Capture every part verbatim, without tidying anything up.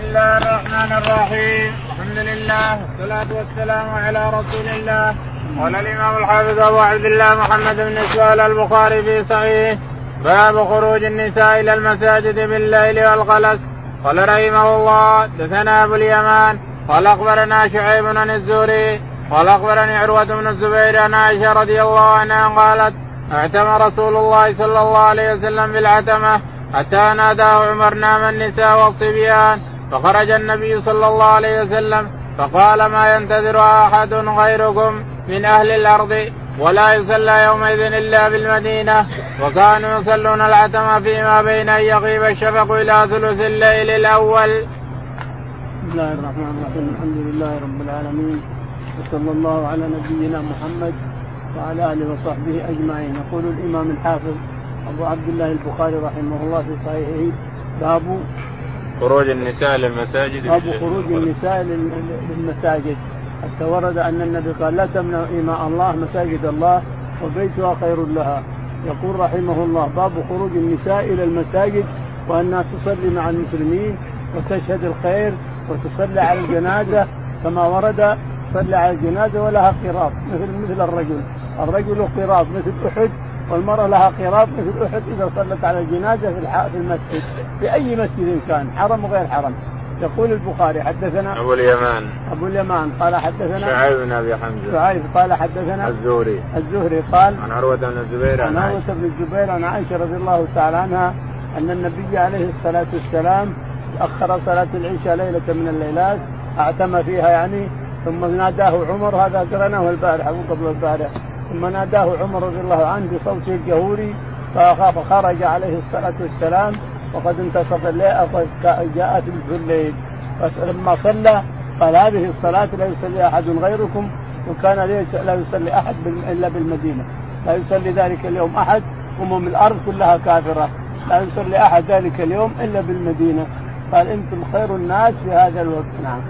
الله الرحمن الرحيم. الحمد لله والصلاة والسلام على رسول الله. قال الإمام الحافظ أبو عبد الله محمد بن إسماعيل البخاري في صحيح باب خروج النساء إلى المساجد بالليل والغلس. قال رحمه الله دثنا أبو اليمان قال أخبرنا شعيب بن الزهري قال أخبرني عروة بن الزبير عن عائشة رضي الله عنها قالت اعتم رسول الله صلى الله عليه وسلم بالعتمة حتى ناداه عمر نام النساء والصبيان فخرج النبي صلى الله عليه وسلم فقال ما ينتظر أحد غيركم من أهل الأرض ولا يصلى يومئذ إلا بالمدينة. وكانوا يصلون العتمة فيما بين أن يغيب الشفق إلى ثلث الليل الأول. بسم الله الرحمن الرحيم. الحمد لله رب العالمين وصلى الله على نبينا محمد وعلى آله وصحبه أجمعين. يقول الإمام الحافظ أبو عبد الله البخاري رحمه الله في صحيحه باب خروج النساء للمساجد. باب خروج النساء للمساجد حتى ورد أن النبي قال لا تمنعوا إماء الله مساجد الله وبيتها خير لها. يقول رحمه الله باب خروج النساء إلى المساجد وأنها تصلي مع المسلمين وتشهد الخير وتصلي على الجنازة كما ورد تصلي على الجنازة ولها قراط مثل مثل الرجل الرجل قراط مثل أحد والمرأة لها قراط مثل أحد إذا صلت على الجنازة في المسجد في أي مسجد كان حرم وغير حرم. يقول البخاري حدثنا أبو اليمان أبو اليمان قال حدثنا شعيب بن أبي حمزة شعيب قال حدثنا الزهري الزهري قال عن عروة بن الزبير عن عروة بن الزبير عن عائشة رضي الله تعالى عنها أن النبي عليه الصلاة والسلام أخر صلاة العشاء ليلة من الليلات أعتم فيها يعني ثم ناداه عمر هذا قرناه البارحة أو قبل البارحة ثم ناداه عمر رضي الله عنه بصوته الجهوري فخرج عليه الصلاة والسلام وقد انتصف الليل جاءت الليل فلما صلى قال هذه الصلاة لا يصلي أحد غيركم وكان لا يصلي أحد إلا بالمدينة لا يصلي ذلك اليوم أحد أمم الأرض كلها كافرة لا يصلي أحد ذلك اليوم إلا بالمدينة قال أنتم خير الناس في هذا الوقت. نعم.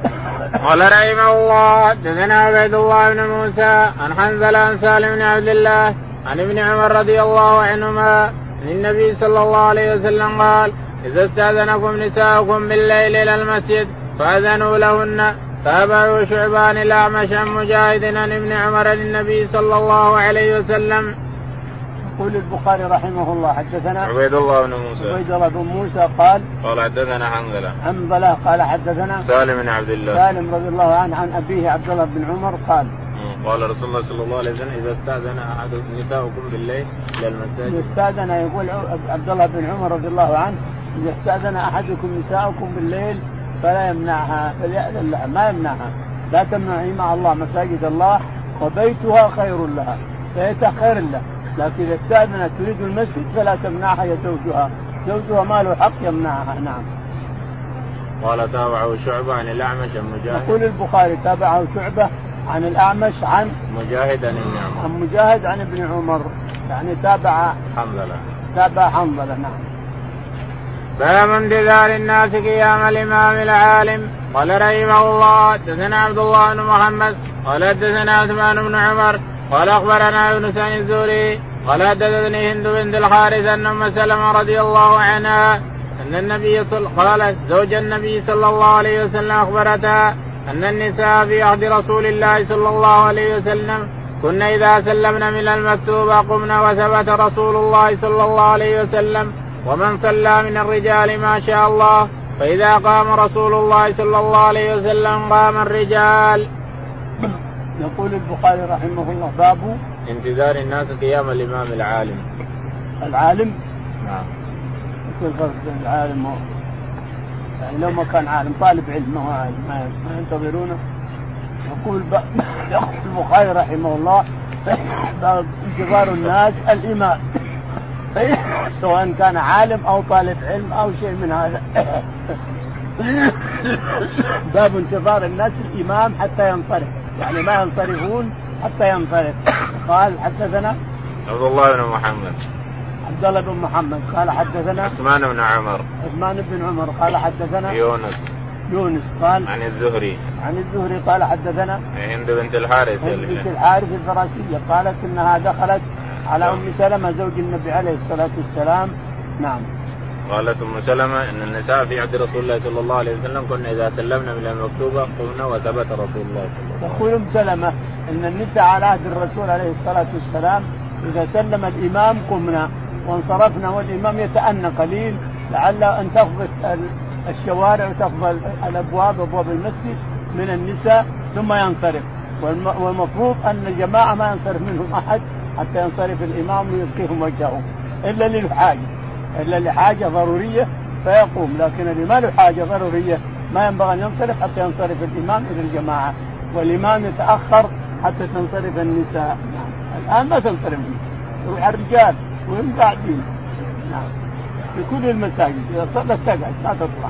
قال رحمه الله حدثنا عبيد الله بن موسى عن حنظلة عن سالم بن عبد الله عن ابن عمر رضي الله عنهما عن النبي صلى الله عليه وسلم قال إذا استأذنكم نساؤكم بالليل إلى المسجد فأذنوا لهن. فأبعوا شعبان الأعمش عن مجاهد عن ابن عمر للنبي صلى الله عليه وسلم. يقول البخاري رحمه الله حدثنا عبيد الله بن موسى عبيد الله بن موسى قال قال حدثنا حنظلة حنظلة قال حدثنا سالم بن عبد الله سالم رضي الله عنه عن أبيه عبد الله بن عمر قال قال رسول الله صلى الله عليه وسلم إذا استأذن أحد نساؤكم بالليل إلى المساجد استأذن يقول عبد الله بن عمر رضي الله عنه إذا استأذن أحدكم نساؤكم بالليل فلا يمنعها فليأذن لها ما يمنعها لا تمنعي مع الله مساجد الله وبيتها خير لها بيتها خير لها لكن إذا استأذنت تريد المسجد فلا تمنعها يا زوجها زوجها ما له حق يمنعها. نعم. قال تابعه شعبة عن الأعمش عن مجاهد. يقول البخاري تابعه شعبة عن الأعمش عن مجاهد عن ابن عمر عن مجاهد عن ابن عمر يعني تابع حنظلة تابع حنظلة. نعم. باب انتظار الناس قيام الإمام العالم. قال رحمه الله حدثنا عبد الله بن محمد قال حدثنا عثمان بن عمر قال أخبرنا ابن سعيد الزهري قال حدثني هند بنت الحارث أن أم سلمة رضي الله عنها أن النبي صل... قالت زوج النبي صلى الله عليه وسلم أخبرتها أن النساء في عهد رسول الله صلى الله عليه وسلم كنا إذا سلمنا من المكتوبة قمنا وثبت رسول الله صلى الله عليه وسلم ومن صلى من الرجال ما شاء الله فإذا قام رسول الله صلى الله عليه وسلم قام الرجال. يقول البخاري رحمه الله باب انتظار الناس قيام الإمام العالم. العالم نعم. يقول فرق بين العالم و... يعني لو ما كان عالم طالب علم ما هو عالم ما, ما ينتظرونه. يقول ب... يقول البخاري رحمه الله باب انتظار الناس الإمام سواء كان عالم أو طالب علم أو شيء من هذا. باب انتظار الناس الإمام حتى ينصرف يعني ما ينصرفون حتى ينصرف. قال حدثنا عبد الله بن محمد عبد الله بن محمد قال حدثنا عثمان بن عمر عثمان بن عمر قال حدثنا يونس يونس قال عن الزهري عن الزهري قال حدثنا هند بنت الحارث هند بنت الحارث الفراسية قالت إنها دخلت على أم سلمة زوج النبي عليه الصلاة والسلام. نعم. قالت ام سلمة ان النساء في عهد رسول الله صلى الله عليه وسلم كنا اذا سلمنا من المكتوبه قمنا وثبت رسول الله صلى الله عليه وسلم. تقول ام سلمة ان النساء على عهد الرسول عليه الصلاه والسلام اذا سلم الامام قمنا وانصرفنا والامام يتأنى قليل لعل ان تفضل الشوارع وتفضل الابواب ابواب المسجد من النساء ثم ينصرف، والمفروض ان الجماعه ما ينصرف منهم احد حتى ينصرف الامام ويبقيهم وجههم الا للحاجه الا لحاجه ضروريه فيقوم، لكن اللي ما له حاجه ضروريه ما ينبغي ان ينصرف حتى ينصرف الامام الى الجماعه، والامام يتاخر حتى تنصرف النساء. الان ما تنصرف يروح الرجال وهم قاعدين نعم في كل المساجد اذا صلت تقعد لا تطلع.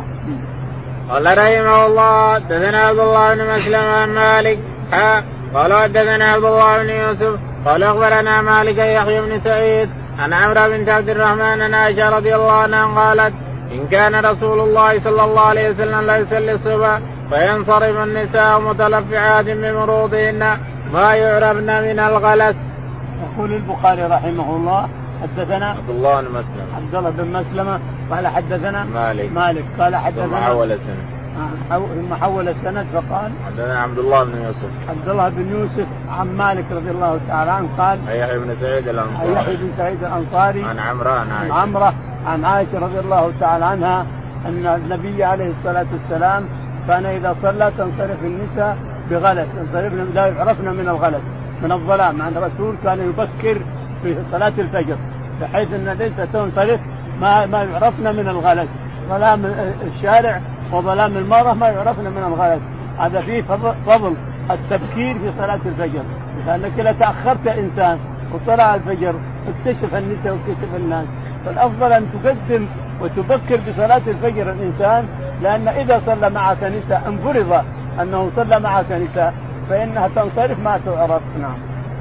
قال رحمه الله حدثنا عبد الله بن مسلم عن مالك قال حدثنا عبد الله بن يوسف قال اخبرنا مالك يحيى بن سعيد عن عمرو بنت عبد الرحمن عن عائشة رضي الله عنها قالت إن كان رسول الله صلى الله عليه وسلم لا يصلي الصبح فينصرف النساء متلفعات بمروضهن ما يعرفن من الغلس. يقول البخاري رحمه الله حدثنا عبد الله بن مسلم عبد الله بن مسلمة قال حدثنا مالك مالك قال حدثنا محول السند ثم حول السند فقال حدثنا عبد الله بن يوسف عبد الله بن يوسف عن مالك رضي الله تعالى عنه قال يحيى بن سعيد الأنصاري يحيى بن سعيد الأنصاري عن عمرو عن عائشة عن عمرو عن عائشة رضي الله تعالى عنها أن النبي عليه الصلاة والسلام كان إذا صلى تنصرف النساء بغلس، ينصرفن لا يعرفن من الغلس من الظلام، عن الرسول كان يبكر في صلاة الفجر بحيث أن ليس تنصرف ما ما يعرفن من الغلس، ظلام الشارع وظلام المرأة ما يعرفن من الغلس. هذا فيه فضل التبكير في صلاة الفجر، لأنك إذا تأخرت إنسان وطلع الفجر اكتشف النساء واكتشف الناس، فالأفضل أن تقدم وتبكر بصلاة الفجر الإنسان، لأن إذا صلى معك نساء انفرض أنه صلى معك نساء فإنها تنصرف ما تعرف. نعم.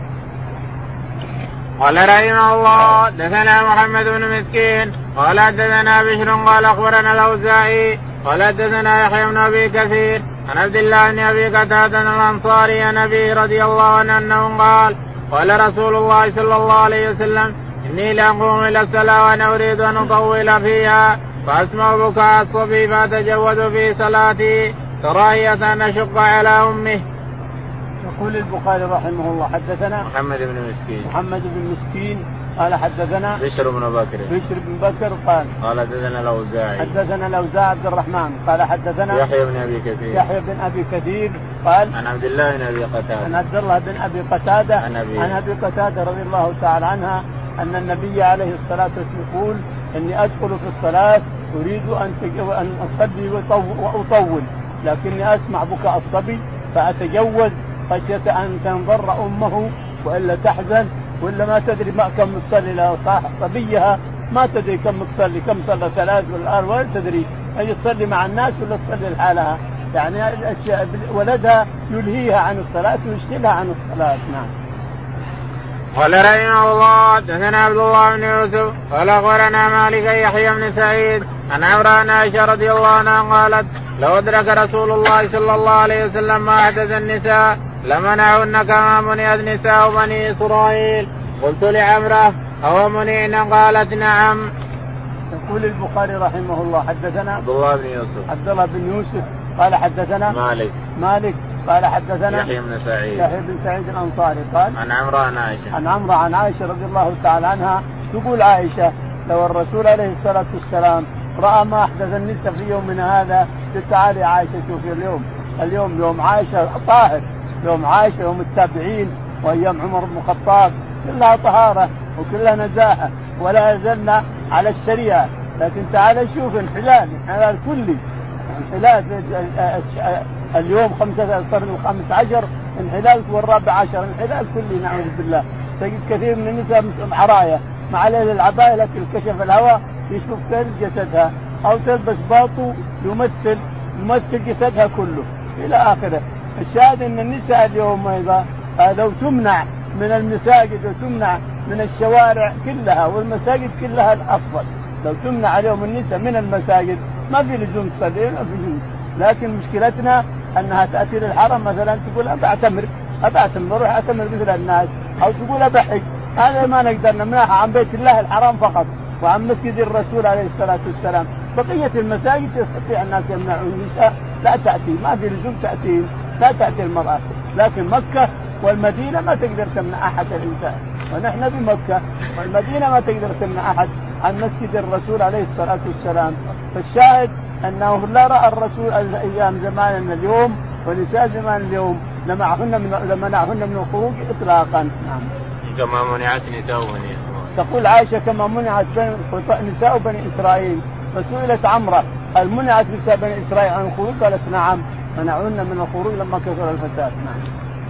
قال رحمه الله دثنا محمد بن مسكين قال دثنا بشر قال أخبرنا الأوزاعي قال دثنا يحيى بن أبي كثير عن عبد الله بن أبي قتادة الأنصاري عن أبي رضي الله عنه أنه قال قال رسول الله صلى الله عليه وسلم إني لأقوم إلى الصلاة وأنا أريد أن أطول فيها فأسمع بكاء الصبي فأتجوز في صلاتي كراهية أن أشق على أمه. يقول البخاري رحمه الله حدثنا محمد بن مسكين محمد بن مسكين قال حدثنا بشر بن بكر بشر بن بكر قال قال حدثنا الأوزاعي حدثنا الأوزاعي عبد الرحمن قال حدثنا يحيى بن أبي كثير يحيى بن أبي كثير قال عن عبد الله بن أبي قتادة عن عبد الله بن أبي قتادة عن أبي, عن أبي قتادة رضي الله تعالى عنها أن النبي عليه الصلاة والسلام يقول إني أدخل في الصلاة أريد أن أن أصلي وأطول لكني أسمع بكاء الصبي فأتجوز خشية أن تنضر أمه وإلا تحزن وإلا ما تدري ما كم تصلي لها صبيها ما تدري كم تصلي كم صلى ثلاث ولا ولا تدري هي تصلي مع الناس ولا تصلي لحالها، يعني ولدها يلهيها عن الصلاة ويشغلها عن الصلاة. نعم. قال رحمه الله دثنا عبد الله بن يوسف قال أخبرنا مالك يحيى بن سعيد عن عمرو عن عائشة رضي الله عنها قالت لو أدرك رسول الله صلى الله عليه وسلم ما أحدث النساء لمنعهن كما منعت نساء بني إسرائيل. قلت لعمرة أو منعن؟ قالت نعم. يقول البخاري رحمه الله حدثنا عبد الله بن يوسف عبد الله بن يوسف قال حدثنا مالك مالك قال حدثنا يحيى بن سعيد يحيى بن سعيد الأنصاري قال عن عمرو عن عائشة عن عمرو عن عائشة رضي الله تعالى عنها تقول عائشة لو الرسول عليه الصلاة والسلام رأى ما أحدث النساء في يومنا هذا تعالي عائشة شوفي اليوم اليوم يوم عائشة طاهر، يوم عائشة يوم التابعين وأيام عمر بن الخطاب كلها طهارة وكلها نزاهة ولا يزلنا على الشريعة، لكن تعال شوف انحلال انحلال كلي انحلال اليوم خمسة القرن الخامس عشر انحلال والرابع عشر انحلال كلي نعوذ بالله. تجد كثير من النساء عراية مع ليل العباية لكن كشف الهواء يشوف كل جسدها أو تلبس باطو يمثل يمثل جسدها كله إلى آخره. الشاهد أن النساء اليوم أيضا لو تمنع من المساجد وتمنع من الشوارع كلها والمساجد كلها الأفضل، لو تمنع اليوم النساء من المساجد ما في لزوم تصلي ما في لزوم، لكن مشكلتنا أنها تأتي للحرم مثلا تقول أبى أعتمر أبى أعتمر أروح أعتمر مثل الناس، أو تقول أبى حج، هذا ما نقدر نمنعها عن بيت الله الحرام فقط، وعن مسجد الرسول عليه الصلاة والسلام. بقية المساجد يستطيع الناس يمنعون النساء لا تأتي، ما في لزوم تأتي، لا تأتي المرأة. لكن مكة والمدينة ما تقدر تمنع أحد الإنسان، ونحن بمكة والمدينة ما تقدر تمنع أحد عن مسجد الرسول عليه الصلاة والسلام. فالشاهد أنه لا رأى الرسول أيام زماننا اليوم ونساء زمان اليوم لمنعهن من لمنعهن من الخروج إطلاقا. نعم. كما منعت نساء بني. تقول عائشة كما منعت نساء بني إسرائيل. فسئلت عمرة هل منعت نساء بني إسرائيل عن الخروج؟ قالت نعم منعهن من الخروج لما كثر الفساد. نعم.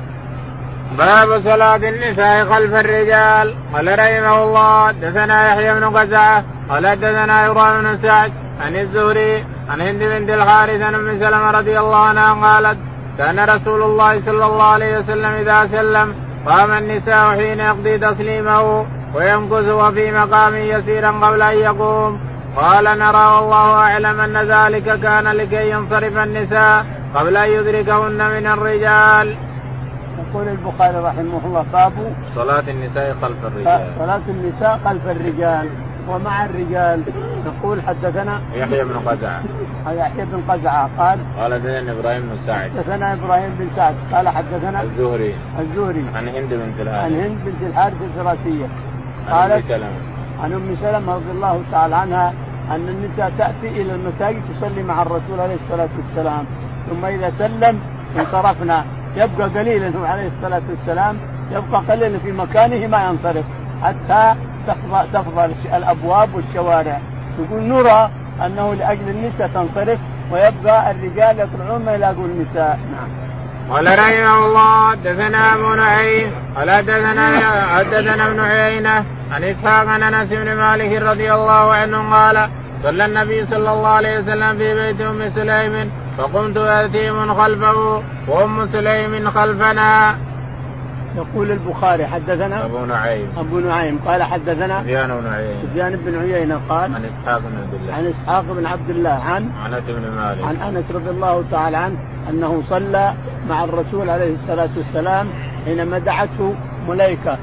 باب صلاة النساء خلف الرجال. قال رحمه الله حدثنا يحيى بن قزعة قال حدثنا إبراهيم بن سعد عن الزهري عن هند بنت الحارث عن أم سلمة رضي الله عنها قالت كان رسول الله صلى الله عليه وسلم إذا سلم قام النساء حين يقضي تسليمه ويمكث وفي مقام يسيرا قبل أن يقوم. قال نرى والله أعلم أن ذلك كان لكي ينصرف النساء قبل أن يدركهن من الرجال. يقول البخاري رحمه الله باب صلاة النساء خلف الرجال. صلاة النساء خلف الرجال ومع الرجال. نقول حدثنا يحيى بن قزعة يحيى بن قزعة قال قال حدثنا إبراهيم بن سعد حدثنا إبراهيم بن سعد قال حدثنا الزهري الزهري عن هند بنت الحارث عن هند بنت الحارث الفراسية قالت عن أم سلمة رضي الله تعالى عنها أن النساء تأتي إلى المساجد تصلي مع الرسول عليه الصلاة والسلام ثم إذا سلم انصرفنا. يبقى قليلا عليه الصلاة والسلام يبقى قليلا في مكانه ما ينصرف حتى تفضى, تفضى الأبواب والشوارع. يقول نرى أنه لأجل النساء تنصرف ويبقى الرجال يطلعون ما يلاقوا النساء. نعم. قال رحمه الله حدثنا أبو نعيم قال حدثنا حدثنا ابن عيينة عن إسحاق عن أنس بن مالك رضي الله عنه قال صلى النبي صلى الله عليه وسلم في بيت أم سليم فقمت يتيم خلفه وأم سليم خلفنا. يقول البخاري حدثنا أبو نعيم أبو نعيم قال حدثنا سفيان بن عيينة سفيان بن عيينة قال عن إسحاق بن عبد الله عن إسحاق بن عبد الله عن أنس بن مالك عن أنس رضي الله تعالى عنه أنه صلى مع الرسول عليه الصلاة والسلام حينما دعته ملائكة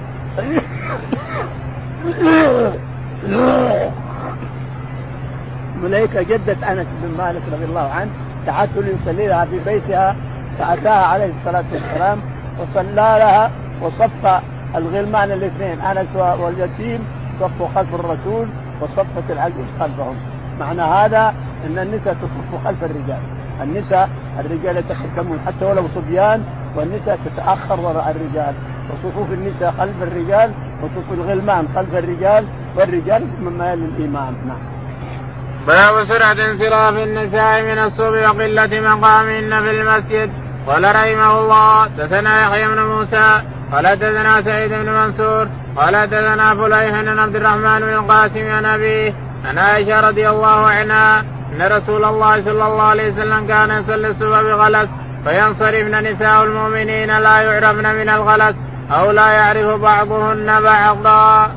ملائكة جدة أنس بن مالك رضي الله عنه دعته ليصلي لها في بيتها فأتاها عليه الصلاة والسلام وصلى لها وصف الغلمان الاثنين أنس واليتيم صفوا خلف الرسول وصفت العجوز خلفهم. معنى هذا أن النساء تصف خلف الرجال. النساء الرجال يتقدمون حتى ولو صبيان والنساء تتأخر وراء الرجال وصفوف النساء خلف الرجال وصفوف الغلمان خلف الرجال والرجال مما يلي الإمام. نعم. باب سرعة انصراف النساء من الصبح وقلة مقامهن في المسجد. قال رحمه الله حدثنا يحيى بن موسى قال حدثنا سعيد بن منصور قال حدثنا فليح بن عبد الرحمن بن القاسم عن أبيه عن عائشة رضي الله عنها أن رسول الله صلى الله عليه وسلم كان يصلي الصبح بغلس فينصرفن نساء المؤمنين لا يعرفن من الغلس أو لا يعرف بعضهن بعضا.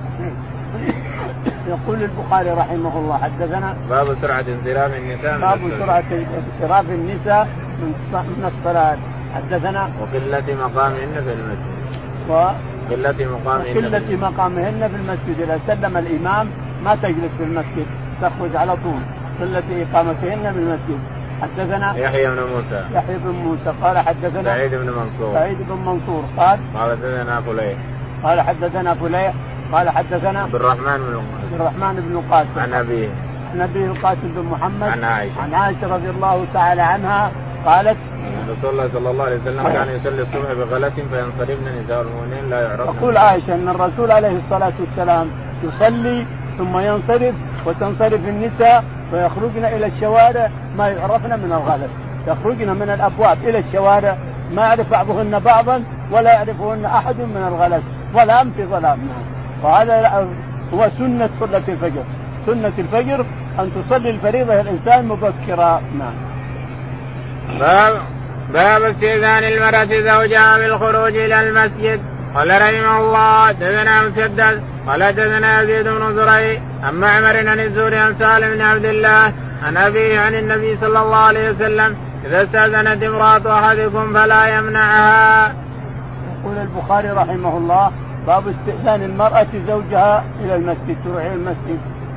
يقول البخاري رحمه الله حدثنا باب سرعة انصراف النساء باب سرعة انصراف النساء من الصلاة. حدثنا وقلة مقامهن في المسجد وقلة مقامهن وقلة مقامهن في المسجد. إذا سلم الإمام ما تجلس في المسجد تخرج على طول قلة إقامتهن في المسجد. حدثنا يحيى بن موسى يحيى بن موسى قال حدثنا سعيد بن منصور سعيد بن منصور قال قال حدثنا فليح قال حدثنا فليح قال حدثنا عبد الرحمن بن عبد الرحمن بن القاسم عن أبيه عن أبيه القاسم بن محمد عن عائشة عن عائشة رضي الله تعالى عنها قالت رسول الله صلى الله عليه وسلم كان يصلي الصبح بغلة فينصرفن نساء المؤمنين لا يعرفن. تقول عائشة أن الرسول عليه الصلاة والسلام يصلي ثم ينصرف وتنصرف النساء ويخرجن إلى الشوارع ما يعرفن من الغلس. يخرجن من الأبواب إلى الشوارع ما يعرف بعضهن بعضا ولا يعرفهن أحد من الغلس ولا أم في ظلام. وهذا هو سنة صلاة الفجر. سنة الفجر أن تصلي الفريضة الإنسان مبكرا. نعم. باب باب استئذان المرأة زوجها بالخروج إلى المسجد. قال رحمه الله حدثنا مسدد قال حدثنا يزيد بن زريع عن معمر عن الزهري عن سالم بن عبد الله عن أبيه عن النبي صلى الله عليه وسلم إذا استأذنت امرأة أحدكم فلا يمنعها. يقول البخاري رحمه الله باب استئذان المرأة زوجها إلى المسجد تروح إلى المسجد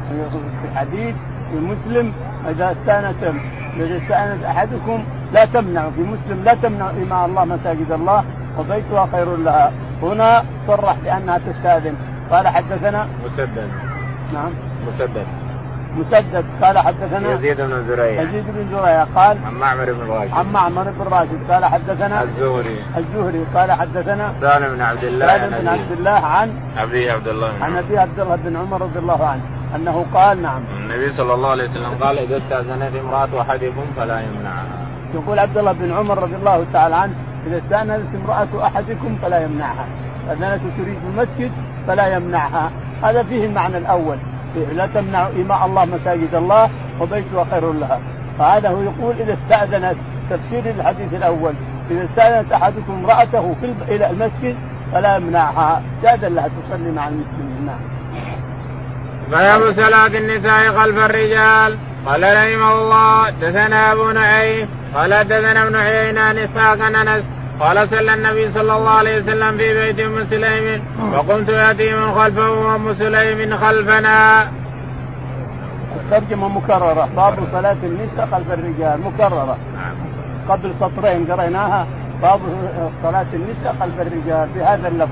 في الحديث في مسلم إذا استأنس إذا استأنس أحدكم لا تمنعوا، في مسلم لا تمنعوا إماء الله مساجد الله وبيتها خير لها. هنا صرح بأنها تستأذن. قال حدثنا مسدد. نعم مسدد. مسدد قال حدثنا يزيد بن زريع. يزيد بن زريع قال عن معمر بن راشد. عن معمر بن راشد قال حدثنا الزهري. الزهري قال حدثنا سالم بن عبد الله. سالم بن عبد الله عن أبي عبد الله عن أبي عبد الله بن عمر رضي الله عنه أنه قال نعم النبي صلى الله عليه وسلم قال إذا استأذنت امرأة أحدكم فلا يمنعها. يقول عبد الله بن عمر رضي الله تعالى عنه إذا استأذنت امرأة أحدكم فلا يمنعها، استأذنت تريد المسجد فلا يمنعها. هذا فيه المعنى الأول، لا تمنع إماء الله مساجد الله وبيتها خير لها. فهذا هو يقول إذا استأذنت، تفسير الحديث الأول إذا استأذنت أحدكم امرأته في إلى المسجد فلا يمنعها، استأذن لها تصلي مع المسلمين. نعم. باب صلاة النساء خلف الرجال. قال رحمه الله دثنا أبو نعيم قال دثنا ابن عيينة عن إسحاق عن أنس قال صلى النبي صلى الله عليه وسلم في بيت أم سليم وقمت يأتي من خلفه وأم سليم خلفنا. الترجمة مكررة. باب صلاة النساء خلف الرجال مكررة قبل سطرين قريناها. باب صلاة النساء خلف الرجال بهذا اللفظ.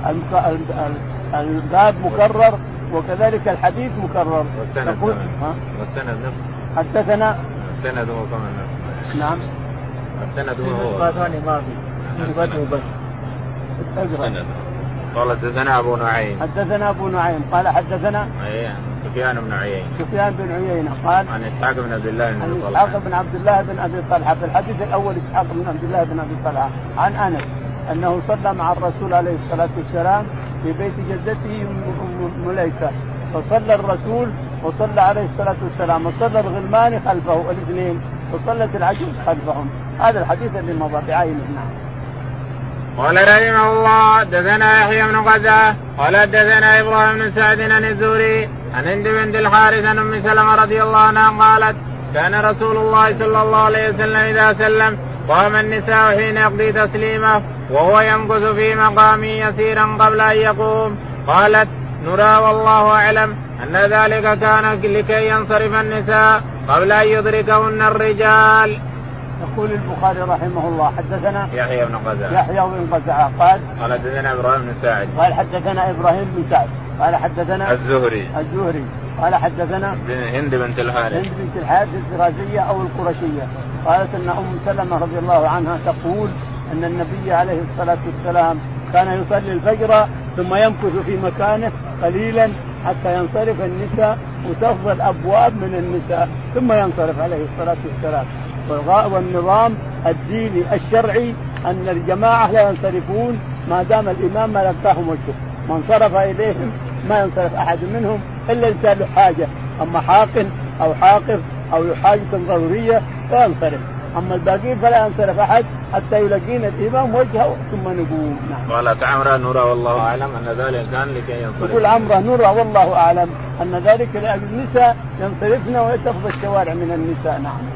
الباب مكرر وكذلك الحديث مكرر. والسند والسند نفسه. حدثنا السند هو كمان نفسه. نعم. السند هو ما في. السند. قال حدثنا أبو نعيم. حدثنا أبو نعيم قال حدثنا سفيان بن عيينة. سفيان بن عيينة قال عن إسحاق بن عبد الله بن عن إسحاق بن عبد الله بن أبي طلحة. في الحديث الأول إسحاق بن عبد الله بن أبي طلحة عن أنس أنه صلى مع الرسول عليه الصلاة والسلام في بيت جدته مليكة، فصلى الرسول وصلى عليه الصلاة والسلام وصلى الغلمان خلفه الاثنين وصلت العجوز خلفهم. هذا الحديث اللي مضى بعينه. نعم. قال رحمه الله دثنا يحيى بن غزاه قال دثنا إبراهيم بن سعد عن الزهري عن هند بنت الحارث عن أم سلمة رضي الله عنها قالت كان رسول الله صلى الله عليه وسلم إذا سلم قام النساء حين يقضي تسليمه وهو يمكث في مقام يسيرا قبل أن يقوم. قالت نرى والله أعلم أن ذلك كان لكي ينصرف النساء قبل أن يدركهن الرجال. يقول البخاري رحمه الله حدثنا يحيى بن غزاه يحيى بن غزاه قال قال حدثنا إبراهيم بن سعد قال حدثنا إبراهيم بن سعد قال حدثنا الزهري الزهري قال حدثنا هند بنت الحارث هند بنت الحارث الرازية أو القرشية قالت أن أم سلمة رضي الله عنها تقول أن النبي عليه الصلاة والسلام كان يصلي الفجر ثم يمكث في مكانه قليلا حتى ينصرف النساء وتفضل الأبواب من النساء ثم ينصرف عليه الصلاة والسلام. والنظام الديني الشرعي أن الجماعة لا ينصرفون ما دام الإمام ما لقاهم وجهه، من صرف إليهم ما ينصرف أحد منهم إلا إن كان له حاجة، أما حاقن أو حاقف أو حاجة ضرورية لا ينصرف، أما الباقين فلا ينصرف أحد حتى يلقين الإمام وجهه ثم نقوم. نعم. قالت عمرة نرى والله أعلم أن ذلك كان لكي ينصرف. يقول عمرة نرى والله أعلم أن ذلك لأجل النساء ينصرفن ويتخذ الشوارع من النساء. نعم.